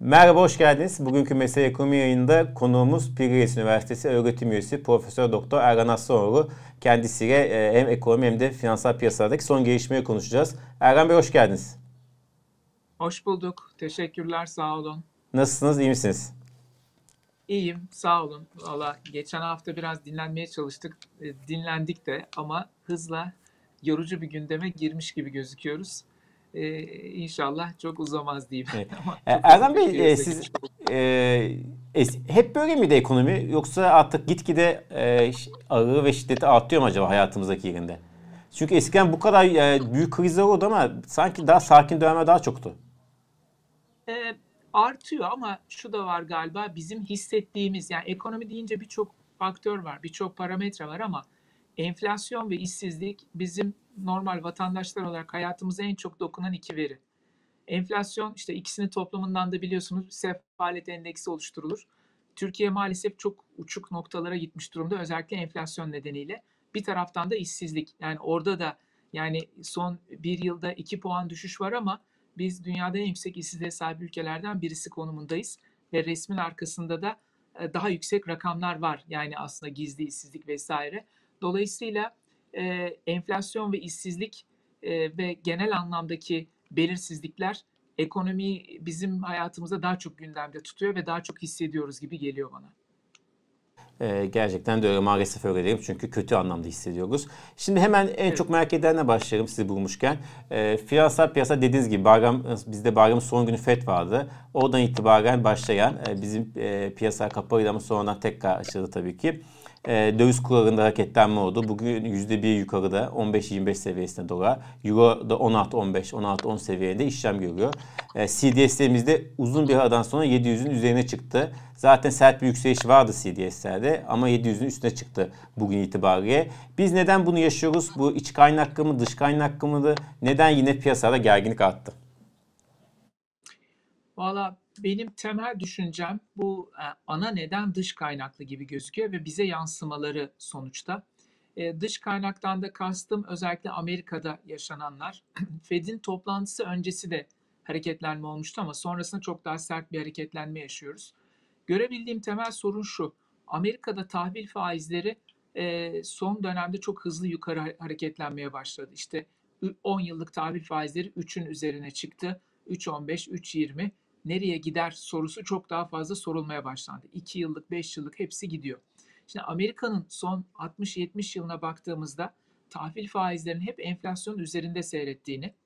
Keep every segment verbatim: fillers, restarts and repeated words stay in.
Merhaba, hoş geldiniz. Bugünkü Mesele Ekonomi yayında konuğumuz Bilgi Üniversitesi Öğretim Üyesi Profesör Doktor Ergan Aslanoğlu. Kendisiyle e, hem ekonomi hem de finansal piyasalardaki son gelişmeleri konuşacağız. Ergan Bey, hoş geldiniz. Hoş bulduk. Teşekkürler, sağ olun. Nasılsınız, iyi misiniz? İyiyim, sağ olun. Valla geçen hafta biraz dinlenmeye çalıştık. E, Dinlendik de ama hızla yorucu bir gündeme girmiş gibi gözüküyoruz. Ee, İnşallah çok uzamaz diyeyim. Evet. Ama E, çok hızlı Ergan bir Bey, e, krize siz girmiş olduk. e, es- hep böyle miydi ekonomi, yoksa artık gitgide e, ş- ağırlığı ve şiddeti artıyor mu acaba hayatımızdaki yerinde? Çünkü eskiden bu kadar e, büyük krizler oldu ama sanki daha sakin dönemler daha çoktu. Ee, Artıyor ama şu da var galiba, bizim hissettiğimiz, yani ekonomi deyince birçok faktör var, birçok parametre var ama enflasyon ve işsizlik bizim normal vatandaşlar olarak hayatımıza en çok dokunan iki veri. Enflasyon, işte ikisinin toplamından da biliyorsunuz sefalet endeksi oluşturulur. Türkiye maalesef çok uçuk noktalara gitmiş durumda, özellikle enflasyon nedeniyle. Bir taraftan da işsizlik. Yani orada da, yani son bir yılda iki puan düşüş var ama biz dünyada en yüksek işsizliğe sahip ülkelerden birisi konumundayız. Ve resmin arkasında da e, daha yüksek rakamlar var. Yani aslında gizli işsizlik vesaire. Dolayısıyla e, enflasyon ve işsizlik e, ve genel anlamdaki belirsizlikler ekonomiyi bizim hayatımızda daha çok gündemde tutuyor ve daha çok hissediyoruz gibi geliyor bana. Ee, gerçekten de öyle, maalesef öyle değil, çünkü kötü anlamda hissediyoruz. Şimdi hemen en Evet. çok merak edenle başlayalım sizi bulmuşken. Ee, finansal piyasa dediğiniz gibi bayram, bizde bayramın son günü F E D vardı. Oradan itibaren başlayan e, bizim e, piyasalar kapalıydı ama sonradan tekrar açıldı tabii ki. E, döviz kurlarında hareketlenme oldu. Bugün yüzde bir yukarıda on beş yirmi beş seviyesinde dolar. Euro da on altı on beş on altı on seviyede işlem görüyor. E, C D S'lerimizde uzun bir aradan sonra yedi yüzün üzerine çıktı. Zaten sert bir yükseliş vardı C D S'lerde ama yedi yüzün üstüne çıktı bugün itibariyle. Biz neden bunu yaşıyoruz? Bu iç kaynaklı mı, dış kaynaklı mı? Neden yine piyasada gerginlik arttı? Valla benim temel düşüncem bu, e, ana neden dış kaynaklı gibi gözüküyor ve bize yansımaları sonuçta. E, dış kaynaktan da kastım özellikle Amerika'da yaşananlar. Fed'in toplantısı öncesi de hareketlenme olmuştu ama sonrasında çok daha sert bir hareketlenme yaşıyoruz. Görebildiğim temel sorun şu: Amerika'da tahvil faizleri e, son dönemde çok hızlı yukarı hareketlenmeye başladı. İşte on yıllık tahvil faizleri üçün üzerine çıktı. üç on beş, üç yirmi, nereye gider sorusu çok daha fazla sorulmaya başlandı. iki yıllık, beş yıllık hepsi gidiyor. Şimdi Amerika'nın son altmış yetmiş yılına baktığımızda tahvil faizlerinin hep enflasyon üzerinde seyrettiğini,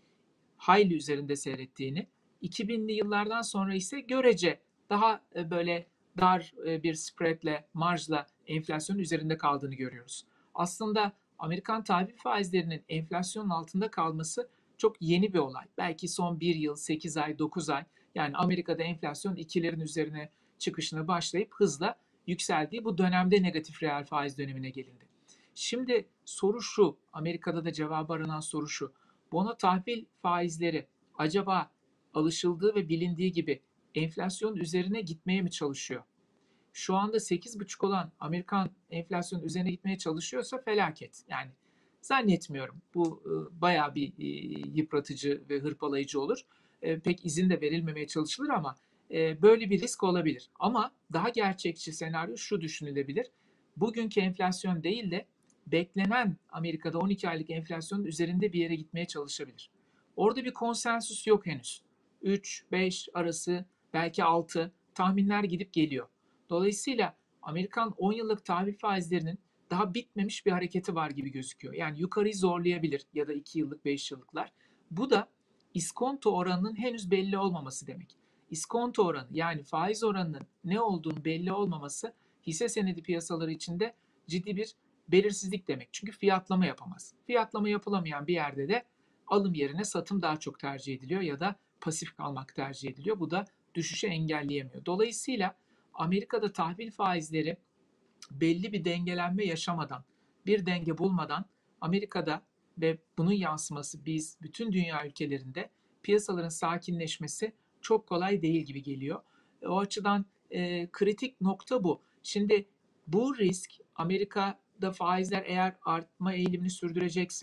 hayli üzerinde seyrettiğini, iki binli yıllardan sonra ise görece daha e, böyle dar e, bir spreadle, marjla enflasyonun üzerinde kaldığını görüyoruz. Aslında Amerikan tahvil faizlerinin enflasyonun altında kalması çok yeni bir olay. Belki son bir yıl, sekiz ay, dokuz ay, yani Amerika'da enflasyon ikilerin üzerine çıkışına başlayıp hızla yükseldiği bu dönemde negatif reel faiz dönemine gelindi. Şimdi soru şu, Amerika'da da cevabı aranan soru şu: bono tahvil faizleri acaba alışıldığı ve bilindiği gibi enflasyon üzerine gitmeye mi çalışıyor? Şu anda sekiz buçuk olan Amerikan enflasyon üzerine gitmeye çalışıyorsa felaket. Yani zannetmiyorum. Bu e, bayağı bir e, yıpratıcı ve hırpalayıcı olur. E, pek izin de verilmemeye çalışılır ama e, böyle bir risk olabilir. Ama daha gerçekçi senaryo şu düşünülebilir: bugünkü enflasyon değil de beklenen Amerika'da on iki aylık enflasyonun üzerinde bir yere gitmeye çalışabilir. Orada bir konsensus yok henüz. üç beş arası, belki altı tahminler gidip geliyor. Dolayısıyla Amerikan on yıllık tahvil faizlerinin daha bitmemiş bir hareketi var gibi gözüküyor. Yani yukarıyı zorlayabilir, ya da iki yıllık, beş yıllıklar. Bu da iskonto oranının henüz belli olmaması demek. İskonto oranı, yani faiz oranının ne olduğunu belli olmaması, hisse senedi piyasaları içinde ciddi bir belirsizlik demek. Çünkü fiyatlama yapamaz. Fiyatlama yapılamayan bir yerde de alım yerine satım daha çok tercih ediliyor ya da pasif kalmak tercih ediliyor. Bu da düşüşü engelleyemiyor. Dolayısıyla Amerika'da tahvil faizleri belli bir dengelenme yaşamadan, bir denge bulmadan, Amerika'da ve bunun yansıması biz bütün dünya ülkelerinde piyasaların sakinleşmesi çok kolay değil gibi geliyor. O açıdan e, kritik nokta bu. Şimdi bu risk, Amerika'da faizler eğer artma eğilimini sürdürecekse,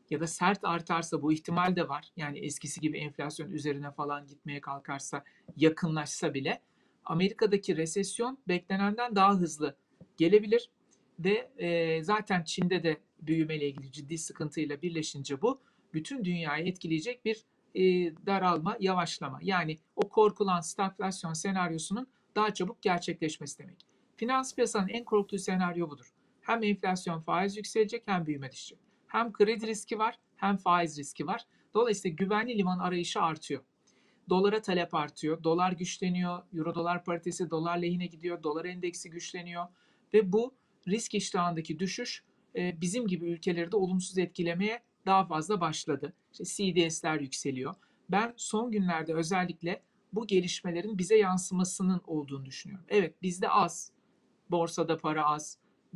ya da sert artarsa, bu ihtimal de var. Yani eskisi gibi enflasyon üzerine falan gitmeye kalkarsa, yakınlaşsa bile Amerika'daki resesyon beklenenden daha hızlı gelebilir ve e, zaten Çin'de de büyümeyle ilgili ciddi sıkıntıyla birleşince bu bütün dünyayı etkileyecek bir e, daralma, yavaşlama. Yani o korkulan stagflasyon senaryosunun daha çabuk gerçekleşmesi demek. Finans piyasanın en korktuğu senaryo budur. Hem enflasyon, faiz yükselecek, hem büyüme düşecek. Hem kredi riski var, hem faiz riski var. Dolayısıyla güvenli liman arayışı artıyor. Dolara talep artıyor, dolar güçleniyor, euro dolar paritesi dolar lehine gidiyor, dolar endeksi güçleniyor ve bu risk iştahındaki düşüş e, bizim gibi ülkeleri de olumsuz etkilemeye daha fazla başladı. İşte C D S'ler yükseliyor. Ben son günlerde özellikle bu gelişmelerin bize yansımasının olduğunu düşünüyorum. Evet, bizde az, borsada para az,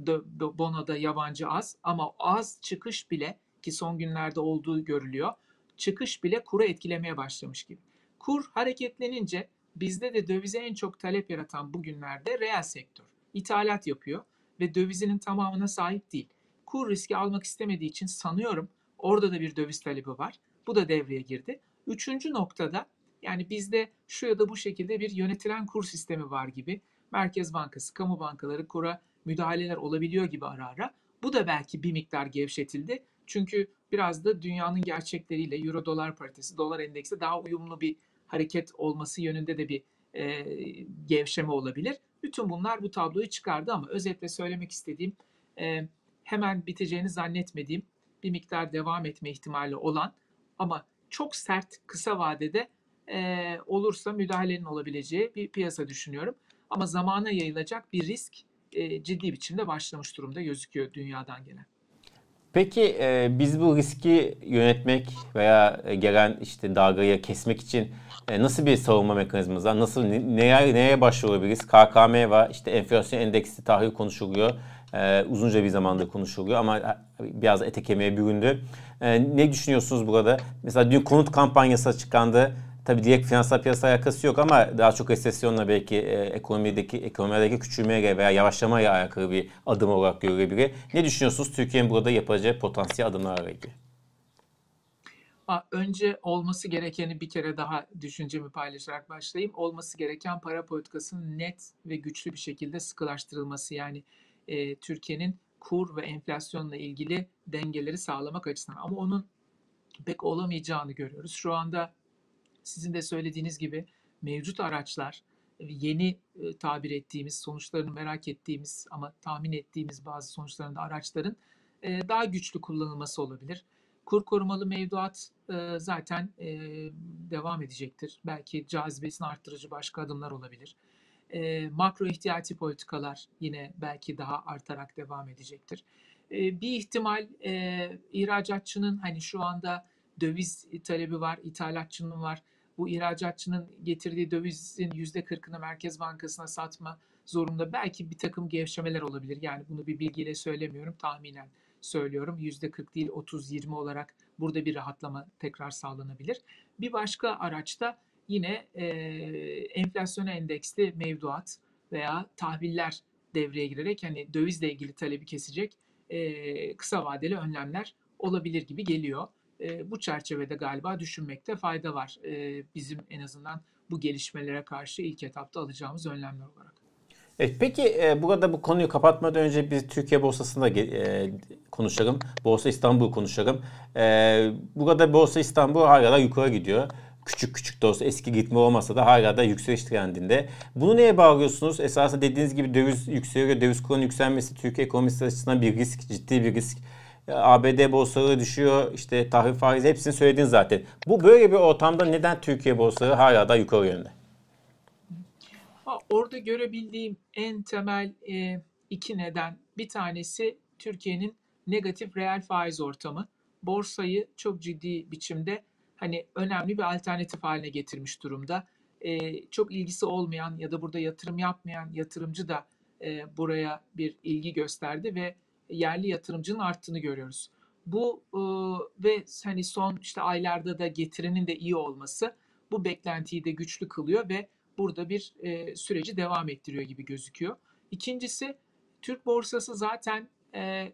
bonoda yabancı az, ama az çıkış bile, ki son günlerde olduğu görülüyor, çıkış bile kuru etkilemeye başlamış gibi. Kur hareketlenince bizde de dövize en çok talep yaratan bugünlerde reel sektör. İthalat yapıyor ve dövizinin tamamına sahip değil. Kur riski almak istemediği için sanıyorum orada da bir döviz talebi var. Bu da devreye girdi. Üçüncü noktada, yani bizde şu ya da bu şekilde bir yönetilen kur sistemi var gibi. Merkez Bankası, kamu bankaları kura müdahaleler olabiliyor gibi ara ara. Bu da belki bir miktar gevşetildi. Çünkü biraz da dünyanın gerçekleriyle euro dolar paritesi, dolar endeksi daha uyumlu bir hareket olması yönünde de bir e, gevşeme olabilir. Bütün bunlar bu tabloyu çıkardı, ama özetle söylemek istediğim, e, hemen biteceğini zannetmediğim, bir miktar devam etme ihtimali olan ama çok sert kısa vadede e, olursa müdahalenin olabileceği bir piyasa düşünüyorum. Ama zamana yayılacak bir risk e, ciddi biçimde başlamış durumda gözüküyor dünyadan gelen. Peki e, biz bu riski yönetmek veya e, gelen işte dalgayı kesmek için e, nasıl bir savunma mekanizmamız var? Nasıl ne- neye, neye başvurabiliriz? K K M var, işte enflasyon endeksi tahvil konuşuluyor. E, uzunca bir zamandır konuşuluyor ama e, biraz ete kemiğe büründü. E, ne düşünüyorsunuz burada? Mesela dün konut kampanyası açıklandı. Tabii direkt finansal piyasa alakası yok ama daha çok resesyonla belki e, ekonomideki ekonomideki küçülmeye veya yavaşlamaya alakalı bir adım olarak görülebilir. Ne düşünüyorsunuz Türkiye'nin burada yapacağı potansiyel adımlarla ilgili? Önce olması gerekeni bir kere daha düşüncemi paylaşarak başlayayım. Olması gereken para politikasının net ve güçlü bir şekilde sıkılaştırılması. Yani e, Türkiye'nin kur ve enflasyonla ilgili dengeleri sağlamak açısından. Ama onun pek olamayacağını görüyoruz. Şu anda sizin de söylediğiniz gibi mevcut araçlar, yeni e, tabir ettiğimiz, sonuçlarını merak ettiğimiz ama tahmin ettiğimiz bazı sonuçlarında araçların e, daha güçlü kullanılması olabilir. Kur korumalı mevduat e, zaten e, devam edecektir. Belki cazibesini arttırıcı başka adımlar olabilir. E, makro ihtiyati politikalar yine belki daha artarak devam edecektir. E, bir ihtimal e, ihracatçının, hani şu anda döviz talebi var, ithalatçının var. Bu ihracatçının getirdiği dövizin yüzde kırkını Merkez Bankası'na satma zorunda, belki bir takım gevşemeler olabilir. Yani bunu bir bilgiyle söylemiyorum, tahminen söylüyorum. yüzde kırk değil, otuz yirmi olarak burada bir rahatlama tekrar sağlanabilir. Bir başka araçta yine e, enflasyona endeksli mevduat veya tahviller devreye girerek, hani dövizle ilgili talebi kesecek e, kısa vadeli önlemler olabilir gibi geliyor. E, bu çerçevede galiba düşünmekte fayda var. E, bizim en azından bu gelişmelere karşı ilk etapta alacağımız önlemler olarak. Evet, peki e, burada bu konuyu kapatmadan önce biz Türkiye borsasında e, konuşalım. Borsa İstanbul konuşalım. E, burada Borsa İstanbul hala da yukarı gidiyor. Küçük küçük de olsa, eski ritmi olmasa da hala da yükseliş trendinde. Bunu neye bağlıyorsunuz? Esasında dediğiniz gibi döviz yükseliyor. Döviz kurunun yükselmesi Türkiye ekonomisi açısından bir risk, ciddi bir risk. A B D borsaları düşüyor, işte tahvil faizi, hepsini söylediniz zaten. Bu böyle bir ortamda neden Türkiye borsaları hala da yukarı yönde? Orada görebildiğim en temel e, iki neden. Bir tanesi Türkiye'nin negatif reel faiz ortamı. Borsayı çok ciddi biçimde hani önemli bir alternatif haline getirmiş durumda. E, çok ilgisi olmayan ya da burada yatırım yapmayan yatırımcı da e, buraya bir ilgi gösterdi ve yerli yatırımcının arttığını görüyoruz. Bu e, ve hani son işte aylarda da getirinin de iyi olması bu beklentiyi de güçlü kılıyor ve burada bir e, süreci devam ettiriyor gibi gözüküyor. İkincisi, Türk borsası zaten e,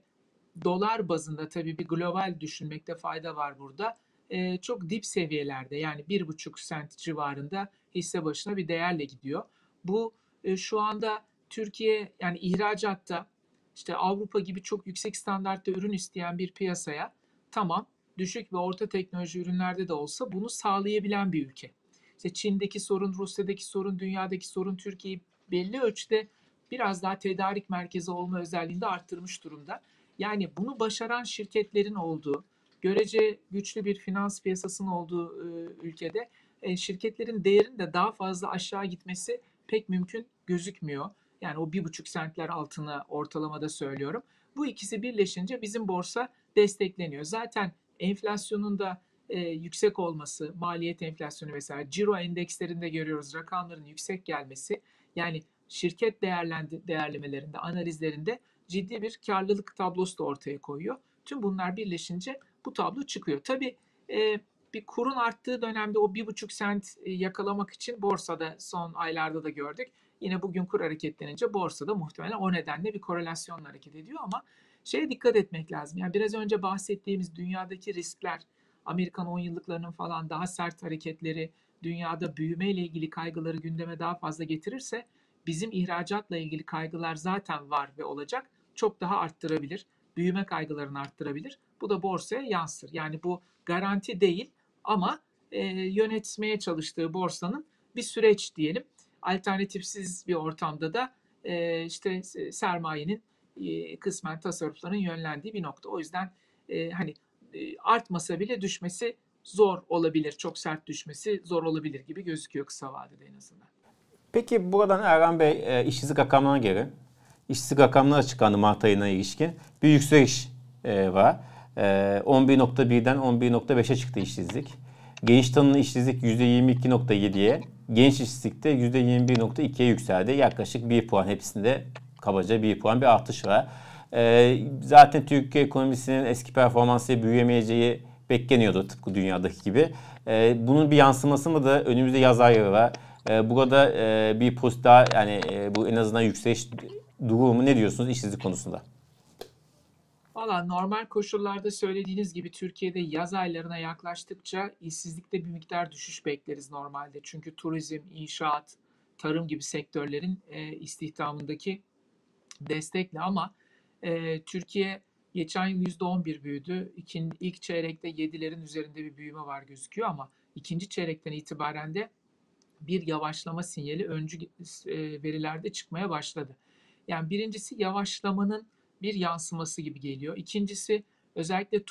dolar bazında tabii bir global düşünmekte fayda var burada. E, çok dip seviyelerde, yani bir buçuk sent civarında hisse başına bir değerle gidiyor. Bu e, şu anda Türkiye, yani ihracatta işte Avrupa gibi çok yüksek standartta ürün isteyen bir piyasaya, tamam, düşük ve orta teknoloji ürünlerde de olsa bunu sağlayabilen bir ülke. İşte Çin'deki sorun, Rusya'daki sorun, dünyadaki sorun Türkiye'yi belli ölçüde biraz daha tedarik merkezi olma özelliğini de arttırmış durumda. Yani bunu başaran şirketlerin olduğu, görece güçlü bir finans piyasasının olduğu e, ülkede e, şirketlerin değerinin de daha fazla aşağı gitmesi pek mümkün gözükmüyor. Yani o bir buçuk sentler altına ortalamada söylüyorum. Bu ikisi birleşince bizim borsa destekleniyor. Zaten enflasyonun da e, yüksek olması, maliyet enflasyonu vesaire, ciro endekslerinde görüyoruz rakamların yüksek gelmesi. Yani şirket değerlendi, değerlemelerinde, analizlerinde ciddi bir karlılık tablosu da ortaya koyuyor. Tüm bunlar birleşince bu tablo çıkıyor. Tabii e, bir kurun arttığı dönemde o bir buçuk sent e, yakalamak için borsada son aylarda da gördük. Yine bugün kur hareketlenince borsada muhtemelen o nedenle bir korelasyonla hareket ediyor ama şeye dikkat etmek lazım. Yani biraz önce bahsettiğimiz dünyadaki riskler, Amerikan on yıllıklarının falan daha sert hareketleri, dünyada büyümeyle ilgili kaygıları gündeme daha fazla getirirse bizim ihracatla ilgili kaygılar zaten var ve olacak, çok daha arttırabilir. Büyüme kaygılarını arttırabilir. Bu da borsaya yansır. Yani bu garanti değil ama e, yönetmeye çalıştığı borsanın bir süreç diyelim. Alternatifsiz bir ortamda da e, işte sermayenin e, kısmen tasarrufların yönlendiği bir nokta. O yüzden e, hani e, artmasa bile düşmesi zor olabilir. Çok sert düşmesi zor olabilir gibi gözüküyor kısa vadede en azından. Peki buradan Erhan Bey e, işsizlik rakamlarına göre, işsizlik rakamları açıklandı Mart ayına ilişkin. Bir yükseliş e, var. E, on bir nokta birden on bir nokta beşe çıktı işsizlik. Genç tanımlı işsizlik yüzde yirmi iki nokta yediye, genç işsizlikte yüzde yirmi bir nokta ikiye yükseldi. Yaklaşık bir puan, hepsinde kabaca bir puan bir artış var. E, zaten Türkiye ekonomisinin eski performansıyla büyüyemeyeceği bekleniyordu tıpkı dünyadaki gibi. E, bunun bir yansıması mı da önümüzde yaz ayları var. E, burada e, bir pozitif daha, yani e, bu en azından yükseliş durumu, ne diyorsunuz işsizlik konusunda? Valla normal koşullarda söylediğiniz gibi Türkiye'de yaz aylarına yaklaştıkça işsizlikte bir miktar düşüş bekleriz normalde. Çünkü turizm, inşaat, tarım gibi sektörlerin e, istihdamındaki destekle, ama e, Türkiye geçen yıl yüzde on bir büyüdü. İkin, ilk çeyrekte yedilerin üzerinde bir büyüme var gözüküyor ama ikinci çeyrekten itibaren de bir yavaşlama sinyali öncü e, verilerde çıkmaya başladı. Yani birincisi yavaşlamanın bir yansıması gibi geliyor. İkincisi özellikle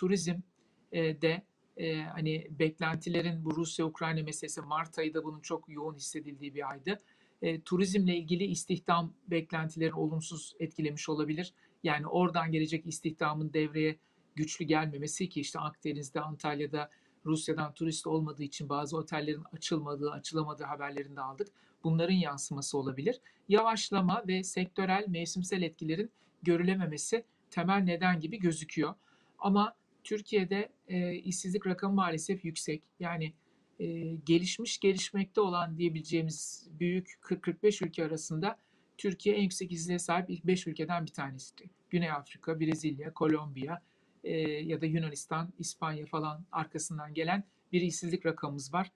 turizmde e, hani beklentilerin, bu Rusya-Ukrayna meselesi Mart ayı da bunun çok yoğun hissedildiği bir aydı. E, turizmle ilgili istihdam beklentileri olumsuz etkilemiş olabilir. Yani oradan gelecek istihdamın devreye güçlü gelmemesi, ki işte Akdeniz'de, Antalya'da Rusya'dan turist olmadığı için bazı otellerin açılmadığı, açılamadığı haberlerini de aldık. Bunların yansıması olabilir. Yavaşlama ve sektörel, mevsimsel etkilerin görülememesi temel neden gibi gözüküyor. Ama Türkiye'de e, işsizlik rakamı maalesef yüksek. Yani e, gelişmiş, gelişmekte olan diyebileceğimiz büyük kırk kırk beş ülke arasında Türkiye en yüksek işsizliğe sahip ilk beş ülkeden bir tanesi. Güney Afrika, Brezilya, Kolombiya e, ya da Yunanistan, İspanya falan arkasından gelen bir işsizlik rakamımız var.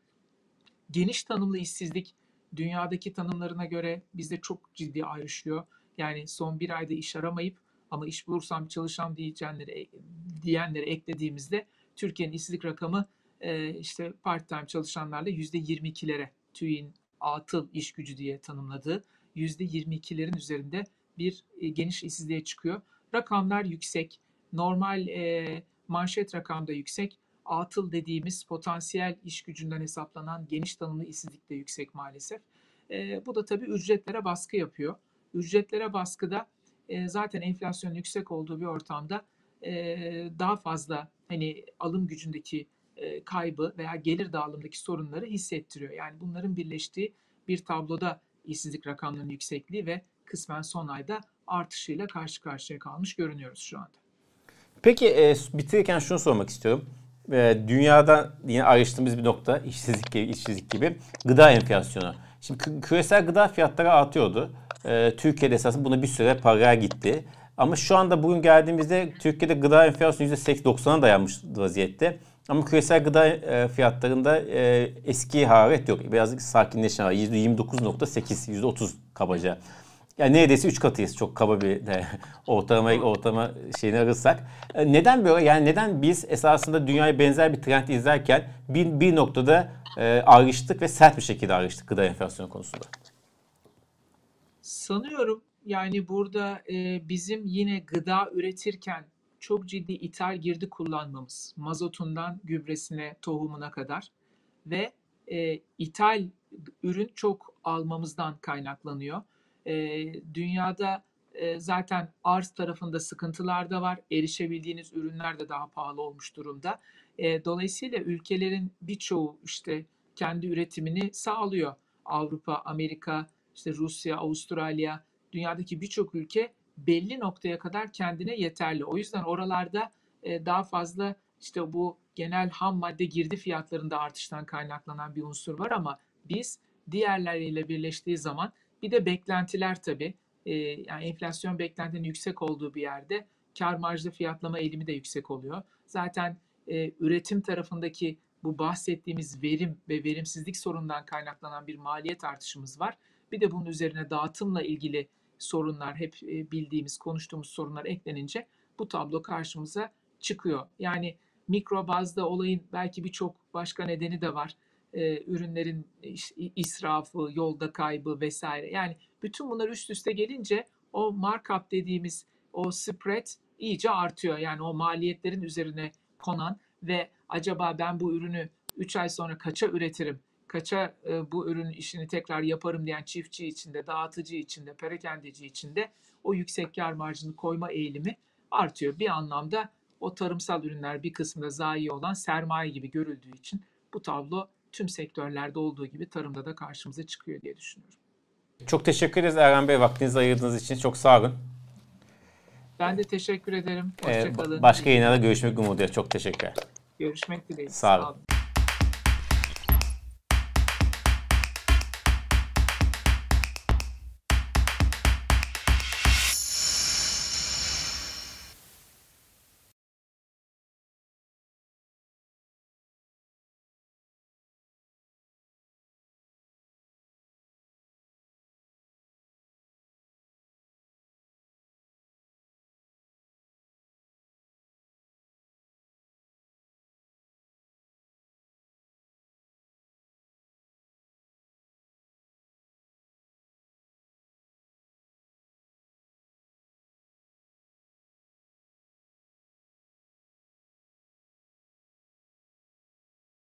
Geniş tanımlı işsizlik dünyadaki tanımlarına göre bizde çok ciddi ayrışıyor. Yani son bir ayda iş aramayıp ama iş bulursam çalışacağım diyenleri, diyenleri eklediğimizde Türkiye'nin işsizlik rakamı işte part-time çalışanlarla yüzde yirmi ikilere, TÜİ'nin atıl iş gücü diye tanımladığı yüzde yirmi ikilerin üzerinde bir geniş işsizliğe çıkıyor. Rakamlar yüksek, normal e, manşet rakam da yüksek. Atıl dediğimiz potansiyel iş gücünden hesaplanan geniş tanımlı işsizlik de yüksek maalesef. E, bu da tabii ücretlere baskı yapıyor. Ücretlere baskıda e, zaten enflasyonun yüksek olduğu bir ortamda e, daha fazla hani alım gücündeki e, kaybı veya gelir dağılımındaki sorunları hissettiriyor. Yani bunların birleştiği bir tabloda işsizlik rakamlarının yüksekliği ve kısmen son ayda artışıyla karşı karşıya kalmış görünüyoruz şu anda. Peki e, bitirirken şunu sormak istiyorum. E, dünyada yine ayrıştığımız bir nokta, işsizlik gibi, işsizlik gibi gıda enflasyonu. Şimdi küresel gıda fiyatları artıyordu. E, Türkiye'de esasında buna bir süre paralel gitti. Ama şu anda bugün geldiğimizde Türkiye'de gıda enflasyonu yüzde doksana dayanmış vaziyette. Ama küresel gıda e, fiyatlarında e, eski hararet yok. Biraz sakinleşen var. yüzde yirmi dokuz nokta sekiz, yüzde otuz kabaca. Yani neredeyse üç katıyız, çok kaba bir de ortalama ortalama şeyini alırsak. E, neden böyle? Yani neden biz esasında dünyaya benzer bir trend izlerken bir, bir noktada e, ayrıştık ve sert bir şekilde ayrıştık gıda enflasyonu konusunda? Sanıyorum yani burada e, bizim yine gıda üretirken çok ciddi ithal girdi kullanmamız, mazotundan gübresine, tohumuna kadar ve e, ithal ürün çok almamızdan kaynaklanıyor. E, dünyada e, zaten arz tarafında sıkıntılar da var. Erişebildiğiniz ürünler de daha pahalı olmuş durumda. E, dolayısıyla ülkelerin birçoğu işte kendi üretimini sağlıyor. Avrupa, Amerika, işte Rusya, Avustralya, dünyadaki birçok ülke belli noktaya kadar kendine yeterli. O yüzden oralarda e, daha fazla işte bu genel ham madde girdi fiyatlarında artıştan kaynaklanan bir unsur var ama biz diğerleriyle birleştiği zaman bir de beklentiler tabii. E, yani enflasyon beklentinin yüksek olduğu bir yerde kar marjlı fiyatlama eğilimi de yüksek oluyor. Zaten e, üretim tarafındaki bu bahsettiğimiz verim ve verimsizlik sorunundan kaynaklanan bir maliyet artışımız var. Bir de bunun üzerine dağıtımla ilgili sorunlar, hep bildiğimiz, konuştuğumuz sorunlar eklenince bu tablo karşımıza çıkıyor. Yani mikro bazda olayın belki birçok başka nedeni de var. Ee, ürünlerin israfı, yolda kaybı vesaire. Yani bütün bunlar üst üste gelince o markup dediğimiz o spread iyice artıyor. Yani o maliyetlerin üzerine konan ve acaba ben bu ürünü üç ay sonra kaça üretirim, kaça e, bu ürün işini tekrar yaparım diyen çiftçi içinde, dağıtıcı içinde, perakendeci içinde o yüksek kar marjını koyma eğilimi artıyor. Bir anlamda o tarımsal ürünler bir kısmında zayi olan sermaye gibi görüldüğü için bu tablo tüm sektörlerde olduğu gibi tarımda da karşımıza çıkıyor diye düşünüyorum. Çok teşekkür ederiz Erhan Bey, vaktinizi ayırdığınız için. Çok sağ olun. Ben de teşekkür ederim. Hoşçakalın. Ee, başka yayınlarda görüşmek umuduyla. Çok teşekkürler. Görüşmek dileğiyle. Sağ olun. Sağ olun.